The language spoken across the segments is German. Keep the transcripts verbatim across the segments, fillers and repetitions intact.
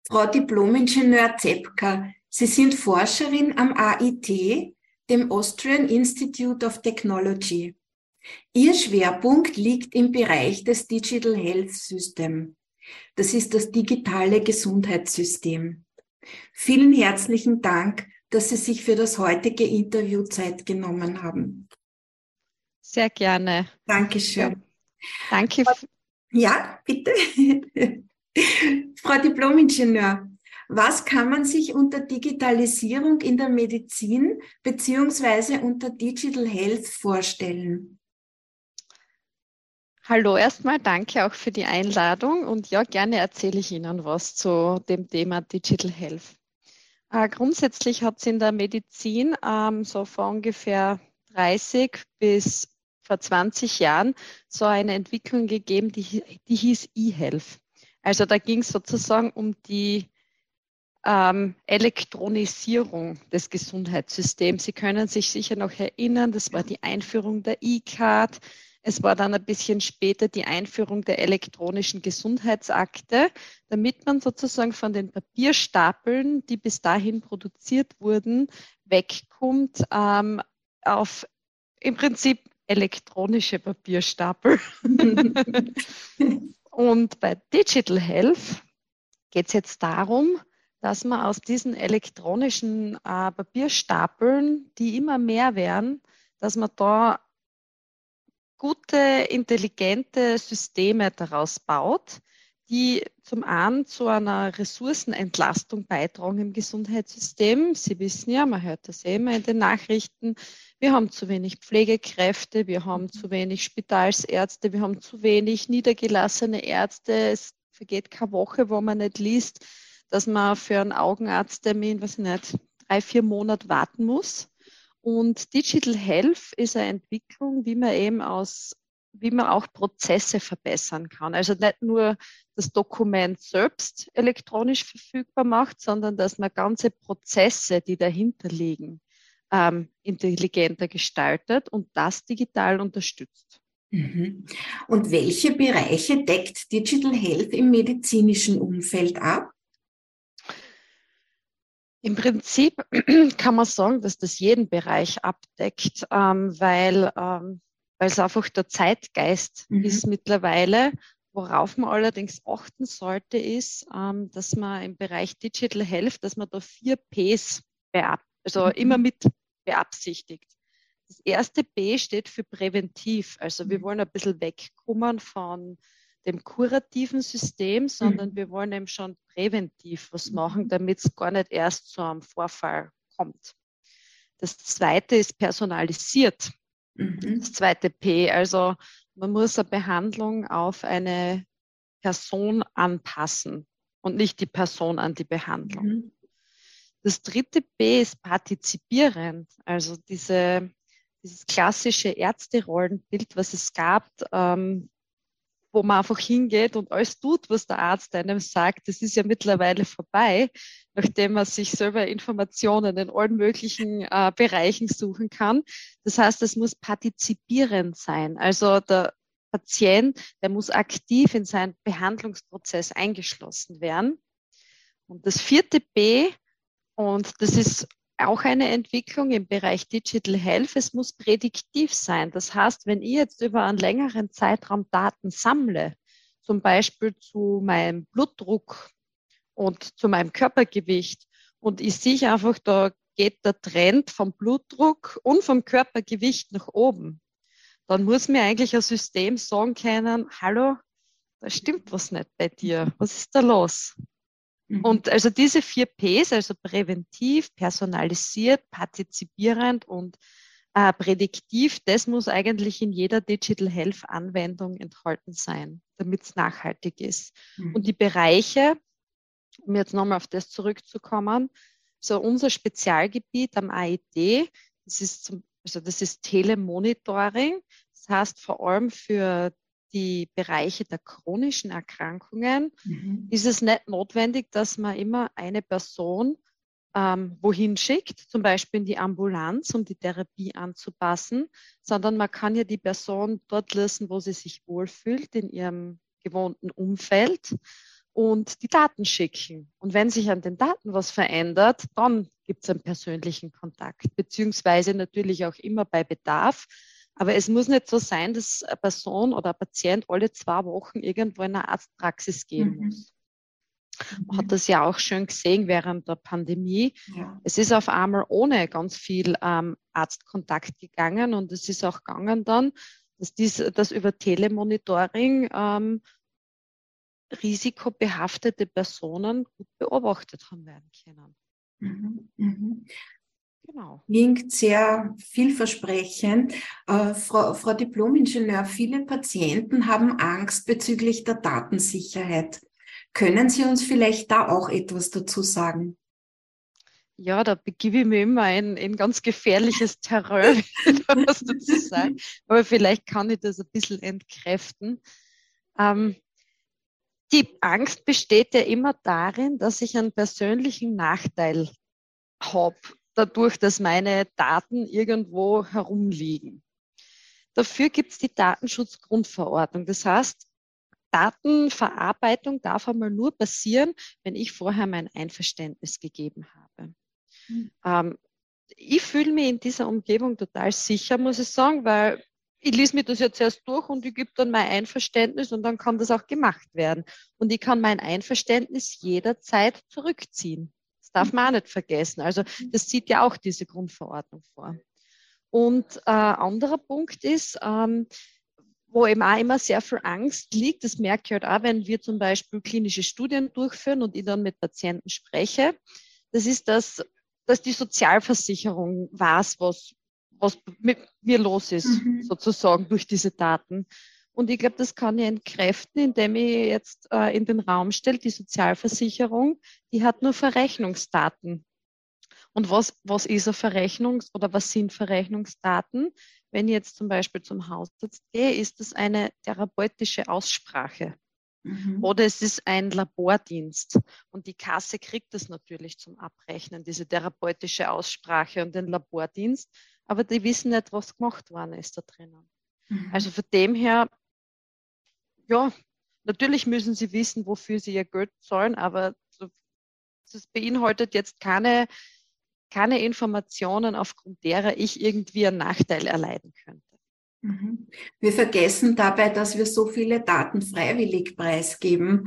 Frau Diplom-Ingenieur Zepka, Sie sind Forscherin am A I T, dem Austrian Institute of Technology. Ihr Schwerpunkt liegt im Bereich des Digital Health System. Das ist das digitale Gesundheitssystem. Vielen herzlichen Dank, dass Sie sich für das heutige Interview Zeit genommen haben. Sehr gerne. Ja, Dankeschön. danke. Ja, bitte. Frau Diplom-Ingenieur, was kann man sich unter Digitalisierung in der Medizin beziehungsweise unter Digital Health vorstellen? Hallo, erstmal danke auch für die Einladung und ja, gerne erzähle ich Ihnen was zu dem Thema Digital Health. Äh, grundsätzlich hat es in der Medizin ähm, so vor ungefähr dreißig bis vor zwanzig Jahren so eine Entwicklung gegeben, die, die hieß eHealth. Also da ging es sozusagen um die ähm, Elektronisierung des Gesundheitssystems. Sie können sich sicher noch erinnern, das war die Einführung der E-Card. Es war dann ein bisschen später die Einführung der elektronischen Gesundheitsakte, damit man sozusagen von den Papierstapeln, die bis dahin produziert wurden, wegkommt ähm, auf im Prinzip elektronische Papierstapel. Und bei Digital Health geht es jetzt darum, dass man aus diesen elektronischen äh, Papierstapeln, die immer mehr werden, dass man da gute, intelligente Systeme daraus baut, die zum einen zu einer Ressourcenentlastung beitragen im Gesundheitssystem. Sie wissen ja, man hört das eh immer in den Nachrichten, wir haben zu wenig Pflegekräfte, wir haben zu wenig Spitalsärzte, wir haben zu wenig niedergelassene Ärzte. Es vergeht keine Woche, wo man nicht liest, dass man für einen Augenarzttermin, weiß ich nicht, drei, vier Monate warten muss. Und Digital Health ist eine Entwicklung, wie man eben aus, wie man auch Prozesse verbessern kann. Also nicht nur das Dokument selbst elektronisch verfügbar macht, sondern dass man ganze Prozesse, die dahinter liegen, ähm, intelligenter gestaltet und das digital unterstützt. Und welche Bereiche deckt Digital Health im medizinischen Umfeld ab? Im Prinzip kann man sagen, dass das jeden Bereich abdeckt, ähm, weil, ähm, weil es einfach der Zeitgeist Mhm. ist mittlerweile. Worauf man allerdings achten sollte, ist, ähm, dass man im Bereich Digital Health, dass man da vier Ps beab also Mhm. immer mit beabsichtigt. Das erste P steht für präventiv. Also wir wollen ein bisschen wegkommen von dem kurativen System, sondern Mhm. wir wollen eben schon präventiv was machen, damit es gar nicht erst zu einem Vorfall kommt. Das zweite ist personalisiert. Mhm. Das zweite P, also man muss eine Behandlung auf eine Person anpassen und nicht die Person an die Behandlung. Mhm. Das dritte P ist partizipierend, also diese, dieses klassische Ärzterollenbild, was es gab, ähm, wo man einfach hingeht und alles tut, was der Arzt einem sagt. Das ist ja mittlerweile vorbei, nachdem man sich selber Informationen in allen möglichen äh, Bereichen suchen kann. Das heißt, es muss partizipierend sein. Also der Patient, der muss aktiv in seinen Behandlungsprozess eingeschlossen werden. Und das vierte B, und das ist auch eine Entwicklung im Bereich Digital Health. Es muss prädiktiv sein. Das heißt, wenn ich jetzt über einen längeren Zeitraum Daten sammle, zum Beispiel zu meinem Blutdruck und zu meinem Körpergewicht, und ich sehe einfach, da geht der Trend vom Blutdruck und vom Körpergewicht nach oben, dann muss mir eigentlich ein System sagen können, hallo, da stimmt was nicht bei dir. Was ist da los? Mhm. Und also diese vier Ps, also präventiv, personalisiert, partizipierend und äh, prädiktiv, das muss eigentlich in jeder Digital Health Anwendung enthalten sein, damit es nachhaltig ist. Und die Bereiche, um jetzt nochmal auf das zurückzukommen, so unser Spezialgebiet am A I T, das ist zum, also das ist Telemonitoring. Das heißt vor allem für die Bereiche der chronischen Erkrankungen Mhm. ist es nicht notwendig, dass man immer eine Person ähm, wohin schickt, zum Beispiel in die Ambulanz, um die Therapie anzupassen, sondern man kann ja die Person dort lassen, wo sie sich wohlfühlt, in ihrem gewohnten Umfeld. und die Daten schicken. Und wenn sich an den Daten was verändert, dann gibt es einen persönlichen Kontakt, beziehungsweise natürlich auch immer bei Bedarf. Aber es muss nicht so sein, dass eine Person oder ein Patient alle zwei Wochen irgendwo in eine Arztpraxis gehen Mhm. muss. Man hat das ja auch schön gesehen während der Pandemie. Ja. Es ist auf einmal ohne ganz viel ähm, Arztkontakt gegangen und es ist auch gegangen dann, dass dies, das über Telemonitoring ähm, risikobehaftete Personen gut beobachtet haben werden können. Mhm. Mhm. Genau. Klingt sehr vielversprechend. Äh, Frau, Frau Diplom-Ingenieur, viele Patienten haben Angst bezüglich der Datensicherheit. Können Sie uns vielleicht da auch etwas dazu sagen? Ja, da begebe ich mich immer in, in ganz gefährliches Terrain, wenn ich da was dazu sage. Aber vielleicht kann ich das ein bisschen entkräften. Ähm, die Angst besteht ja immer darin, dass ich einen persönlichen Nachteil habe, dadurch, dass meine Daten irgendwo herumliegen. Dafür gibt es die Datenschutzgrundverordnung. Das heißt, Datenverarbeitung darf einmal nur passieren, wenn ich vorher mein Einverständnis gegeben habe. Mhm. Ähm, ich fühle mich in dieser Umgebung total sicher, muss ich sagen, weil ich lese mir das jetzt erst durch und ich gebe dann mein Einverständnis und dann kann das auch gemacht werden. Und ich kann mein Einverständnis jederzeit zurückziehen. Das darf man auch nicht vergessen. Also das sieht ja auch diese Grundverordnung vor. Und äh, anderer Punkt ist, ähm, wo eben auch immer sehr viel Angst liegt, das merke ich halt auch, wenn wir zum Beispiel klinische Studien durchführen und ich dann mit Patienten spreche, das ist, dass, dass die Sozialversicherung weiß, was, was mit mir los ist, Mhm. sozusagen durch diese Daten. Und ich glaube, das kann ich entkräften, indem ich jetzt äh, in den Raum stelle, die Sozialversicherung, die hat nur Verrechnungsdaten. Und was, was ist eine Verrechnungs- oder was sind Verrechnungsdaten? Wenn ich jetzt zum Beispiel zum Hausarzt gehe, ist das eine therapeutische Aussprache Mhm. oder es ist ein Labordienst. Und die Kasse kriegt das natürlich zum Abrechnen, diese therapeutische Aussprache und den Labordienst. Aber die wissen nicht, was gemacht worden ist da drinnen. Mhm. Also von dem her, ja, natürlich müssen sie wissen, wofür sie ihr Geld zahlen, aber das beinhaltet jetzt keine keine Informationen, aufgrund derer ich irgendwie einen Nachteil erleiden könnte. Mhm. Wir vergessen dabei, dass wir so viele Daten freiwillig preisgeben.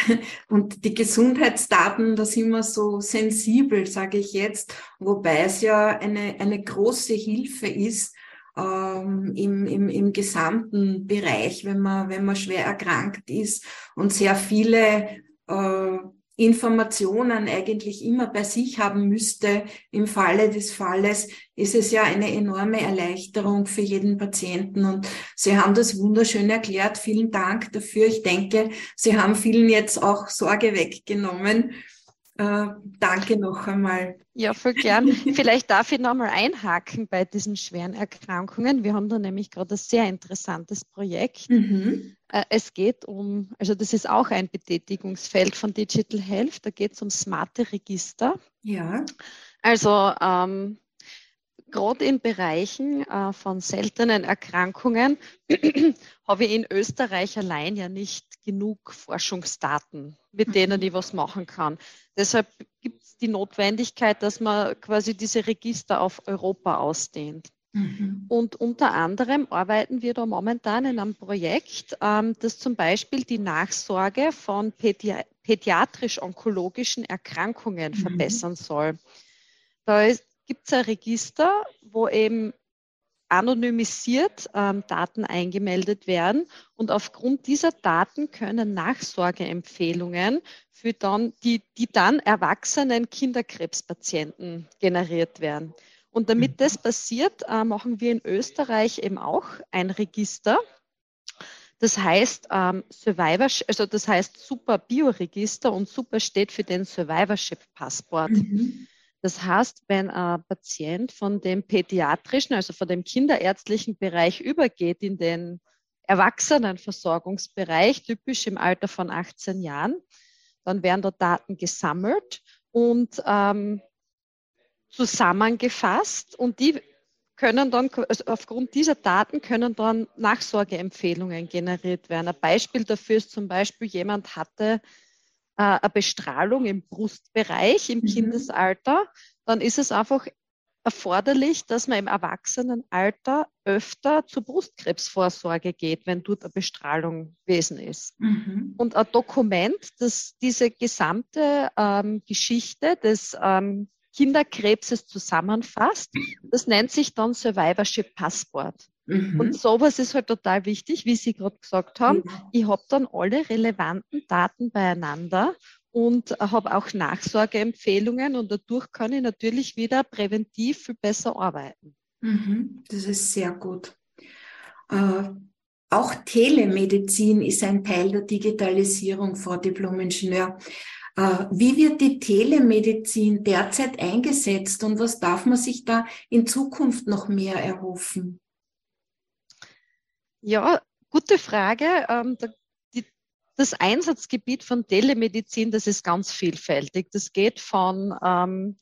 Und die Gesundheitsdaten, da sind wir so sensibel, sage ich jetzt, wobei es ja eine, eine große Hilfe ist ähm, im, im, im gesamten Bereich, wenn man, wenn man schwer erkrankt ist und sehr viele äh, Informationen eigentlich immer bei sich haben müsste. Im Falle des Falles ist es ja eine enorme Erleichterung für jeden Patienten. Und Sie haben das wunderschön erklärt. Vielen Dank dafür. Ich denke, Sie haben vielen jetzt auch Sorge weggenommen. Äh, danke noch einmal. Ja, voll gern. Vielleicht darf ich nochmal einhaken bei diesen schweren Erkrankungen. Wir haben da nämlich gerade ein sehr interessantes Projekt. Mhm. Äh, Es geht um, also das ist auch ein Betätigungsfeld von Digital Health, da geht es um smarte Register. Ja. Also ähm, gerade in Bereichen äh, von seltenen Erkrankungen habe ich in Österreich allein ja nicht genug Forschungsdaten, mit denen Mhm. ich was machen kann. Deshalb gibt es die Notwendigkeit, dass man quasi diese Register auf Europa ausdehnt. Mhm. Und unter anderem arbeiten wir da momentan in einem Projekt, ähm, das zum Beispiel die Nachsorge von pädi pädiatrisch-onkologischen Erkrankungen Mhm. verbessern soll. Da gibt es ein Register, wo eben anonymisiert ähm, Daten eingemeldet werden und aufgrund dieser Daten können Nachsorgeempfehlungen für dann die, die dann erwachsenen Kinderkrebspatienten generiert werden. Und damit das passiert, äh, machen wir in Österreich eben auch ein Register. Das heißt ähm, Survivorship, also das heißt Super Bioregister und Super steht für den Survivorship Passport. Mhm. Das heißt, wenn ein Patient von dem pädiatrischen, also von dem kinderärztlichen Bereich übergeht in den Erwachsenenversorgungsbereich, typisch im Alter von achtzehn Jahren, dann werden dort Daten gesammelt und ähm, zusammengefasst und die können dann, also aufgrund dieser Daten können dann Nachsorgeempfehlungen generiert werden. Ein Beispiel dafür ist zum Beispiel, jemand hatte äh, eine Bestrahlung im Brustbereich im Mhm. Kindesalter, dann ist es einfach erforderlich, dass man im Erwachsenenalter öfter zur Brustkrebsvorsorge geht, wenn dort eine Bestrahlung gewesen ist. Mhm. Und ein Dokument, das diese gesamte ähm, Geschichte des ähm, Kinderkrebses zusammenfasst, das nennt sich dann Survivorship Passport. Und Mhm. sowas ist halt total wichtig, wie Sie gerade gesagt haben. Ja. Ich habe dann alle relevanten Daten beieinander und habe auch Nachsorgeempfehlungen und dadurch kann ich natürlich wieder präventiv viel besser arbeiten. Mhm. Das ist sehr gut. Äh, auch Telemedizin ist ein Teil der Digitalisierung, Frau Diplom-Ingenieur. Äh, wie wird die Telemedizin derzeit eingesetzt und was darf man sich da in Zukunft noch mehr erhoffen? Ja, gute Frage. Ähm, da, die, das Einsatzgebiet von Telemedizin, das ist ganz vielfältig. Das geht von ähm,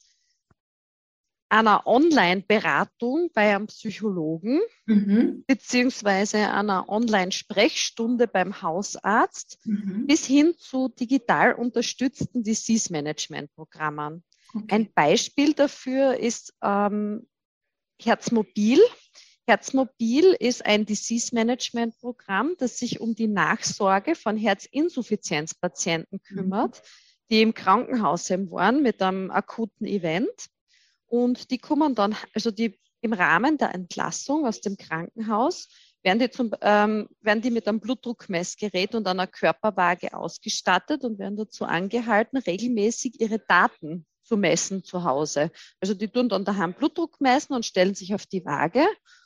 einer Online-Beratung bei einem Psychologen Mhm. beziehungsweise einer Online-Sprechstunde beim Hausarzt Mhm. bis hin zu digital unterstützten Disease-Management-Programmen. Okay. Ein Beispiel dafür ist ähm, Herzmobil. Herzmobil ist ein Disease-Management-Programm, das sich um die Nachsorge von Herzinsuffizienzpatienten Mhm. kümmert, die im Krankenhaus waren mit einem akuten Event. Und die kommen dann, also die im Rahmen der Entlassung aus dem Krankenhaus, werden die, zum, ähm, werden die mit einem Blutdruckmessgerät und einer Körperwaage ausgestattet und werden dazu angehalten, regelmäßig ihre Daten zu messen zu Hause. Also die tun dann daheim Blutdruck messen und stellen sich auf die Waage.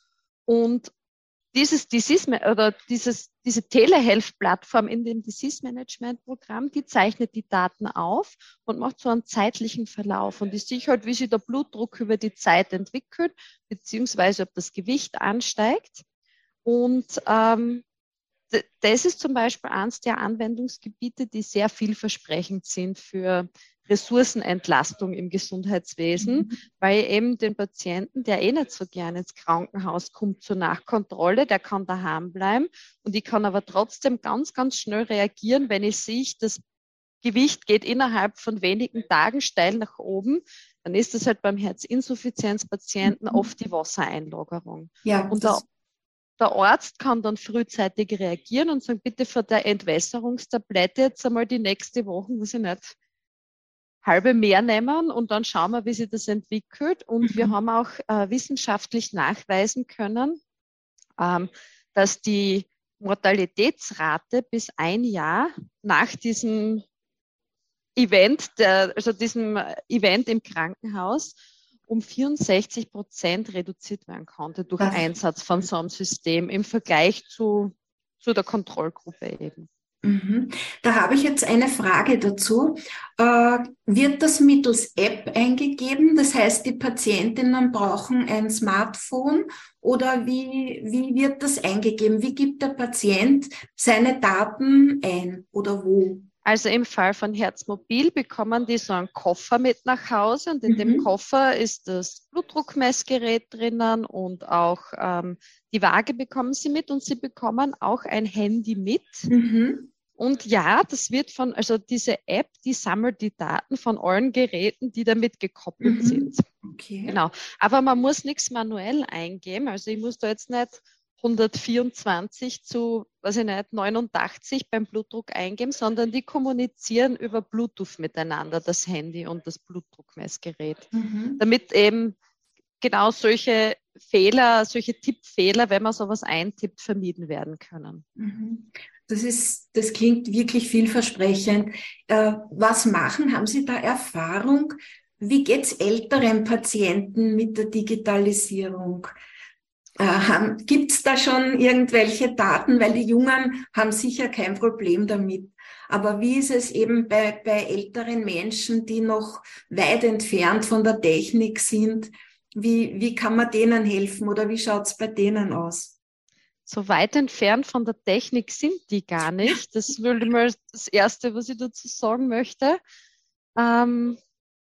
Und dieses Disease oder dieses, diese Telehealth-Plattform in dem Disease-Management-Programm, die zeichnet die Daten auf und macht so einen zeitlichen Verlauf. Und ich sehe halt, wie sich der Blutdruck über die Zeit entwickelt, beziehungsweise ob das Gewicht ansteigt. Und ähm, das ist zum Beispiel eines der Anwendungsgebiete, die sehr vielversprechend sind für Ressourcenentlastung im Gesundheitswesen, Mhm. weil eben den Patienten, der eh nicht so gerne ins Krankenhaus kommt zur Nachkontrolle, der kann daheim bleiben und ich kann aber trotzdem ganz, ganz schnell reagieren, wenn ich sehe, das Gewicht geht innerhalb von wenigen Tagen steil nach oben, dann ist das halt beim Herzinsuffizienzpatienten Mhm. oft die Wassereinlagerung. Ja, Und der das. der Arzt kann dann frühzeitig reagieren und sagen, bitte für der Entwässerungstablette jetzt einmal die nächste Woche, muss ich nicht halbe mehr nehmen und dann schauen wir, wie sich das entwickelt. Und wir Mhm. haben auch äh, wissenschaftlich nachweisen können, ähm, dass die Mortalitätsrate bis ein Jahr nach diesem Event, der, also diesem Event im Krankenhaus, um vierundsechzig Prozent reduziert werden konnte durch Das. Einsatz von so einem System im Vergleich zu, zu der Kontrollgruppe eben. Mhm. Da habe ich jetzt eine Frage dazu. Äh, wird das mittels App eingegeben? Das heißt, die Patientinnen brauchen ein Smartphone oder wie, wie wird das eingegeben? Wie gibt der Patient seine Daten ein oder wo? Also im Fall von Herzmobil bekommen die so einen Koffer mit nach Hause und in dem Mhm. Koffer ist das Blutdruckmessgerät drinnen und auch ähm, die Waage bekommen sie mit und sie bekommen auch ein Handy mit. Mhm. Und ja, das wird von, also diese App, die sammelt die Daten von allen Geräten, die damit gekoppelt sind. Mhm. Okay. Genau. Aber man muss nichts manuell eingeben. Also ich muss da jetzt nicht hundertvierundzwanzig zu, weiß ich nicht, neunundachtzig beim Blutdruck eingeben, sondern die kommunizieren über Bluetooth miteinander, das Handy und das Blutdruckmessgerät. Mhm. Damit eben genau solche Fehler, solche Tippfehler, wenn man sowas eintippt, vermieden werden können. Mhm. Das ist, das klingt wirklich vielversprechend. Äh, was machen? Haben Sie da Erfahrung? Wie geht's älteren Patienten mit der Digitalisierung? Äh, Gibt es da schon irgendwelche Daten? Weil die Jungen haben sicher kein Problem damit. Aber wie ist es eben bei, bei älteren Menschen, die noch weit entfernt von der Technik sind? Wie, wie kann man denen helfen oder wie schaut's bei denen aus? So weit entfernt von der Technik sind die gar nicht. Das würde mal das Erste, was ich dazu sagen möchte. Ähm,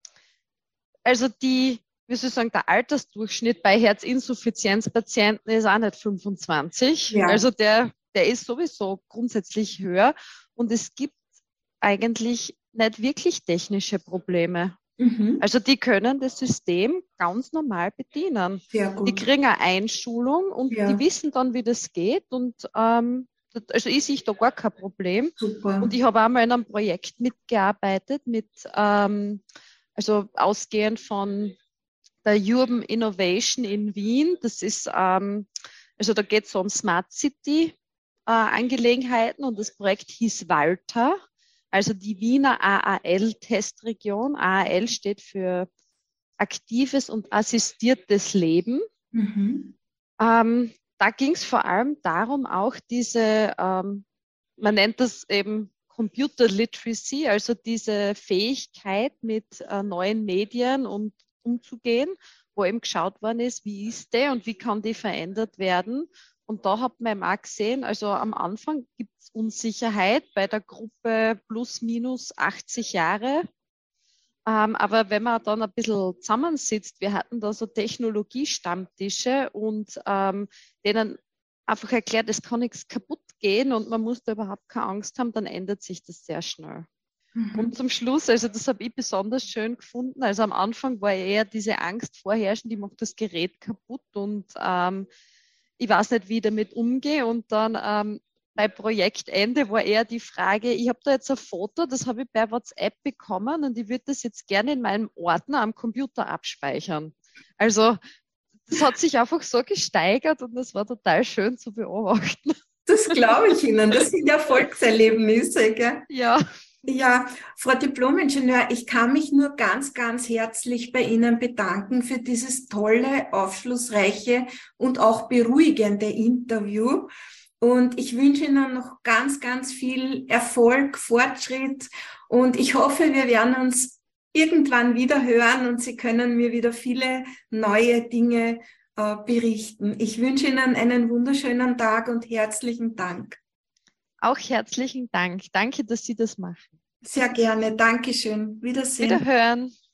also die, wie soll ich sagen, der Altersdurchschnitt bei Herzinsuffizienzpatienten ist auch nicht fünfundzwanzig. Ja. Also der, der ist sowieso grundsätzlich höher. Und es gibt eigentlich nicht wirklich technische Probleme. Mhm. Also die können das System ganz normal bedienen. Sehr Die gut. kriegen eine Einschulung und die Ja, wissen dann, wie das geht. Und ähm, das- also ich sehe da gar kein Problem. Und super. ich habe auch mal in einem Projekt mitgearbeitet, mit, ähm, also ausgehend von der Urban Innovation in Wien. Das ist, ähm, also da geht es um Smart City äh, Angelegenheiten und das Projekt hieß Walter, also die Wiener A A L-Testregion. A A L steht für aktives und assistiertes Leben. Mhm. Ähm, da ging es vor allem darum, auch diese, ähm, man nennt das eben Computer Literacy, also diese Fähigkeit, mit äh, neuen Medien und umzugehen, wo eben geschaut worden ist, wie ist die und wie kann die verändert werden. Und da hat man eben auch gesehen, also am Anfang gibt es Unsicherheit bei der Gruppe plus minus achtzig Jahre. Ähm, aber wenn man dann ein bisschen zusammensitzt, wir hatten da so Technologiestammtische und ähm, denen einfach erklärt, es kann nichts kaputt gehen und man muss da überhaupt keine Angst haben, dann ändert sich das sehr schnell. Und Mhm. zum Schluss, also das habe ich besonders schön gefunden, also am Anfang war eher diese Angst vorherrschend, die macht das Gerät kaputt und ähm, ich weiß nicht, wie ich damit umgehe. Und dann ähm, bei Projektende war eher die Frage, ich habe da jetzt ein Foto, das habe ich bei WhatsApp bekommen und ich würde das jetzt gerne in meinem Ordner am Computer abspeichern. Also das hat sich einfach so gesteigert und das war total schön zu beobachten. Das glaube ich Ihnen. Das sind Erfolgserlebnisse, gell? Ja, Ja, Frau Diplomingenieur, ich kann mich nur ganz, ganz herzlich bei Ihnen bedanken für dieses tolle, aufschlussreiche und auch beruhigende Interview. Und ich wünsche Ihnen noch ganz, ganz viel Erfolg, Fortschritt. Und ich hoffe, wir werden uns irgendwann wieder hören und Sie können mir wieder viele neue Dinge äh, berichten. Ich wünsche Ihnen einen wunderschönen Tag und herzlichen Dank. auch herzlichen Dank. Danke, dass Sie das machen. Sehr gerne. Dankeschön. Wiedersehen. Wiederhören.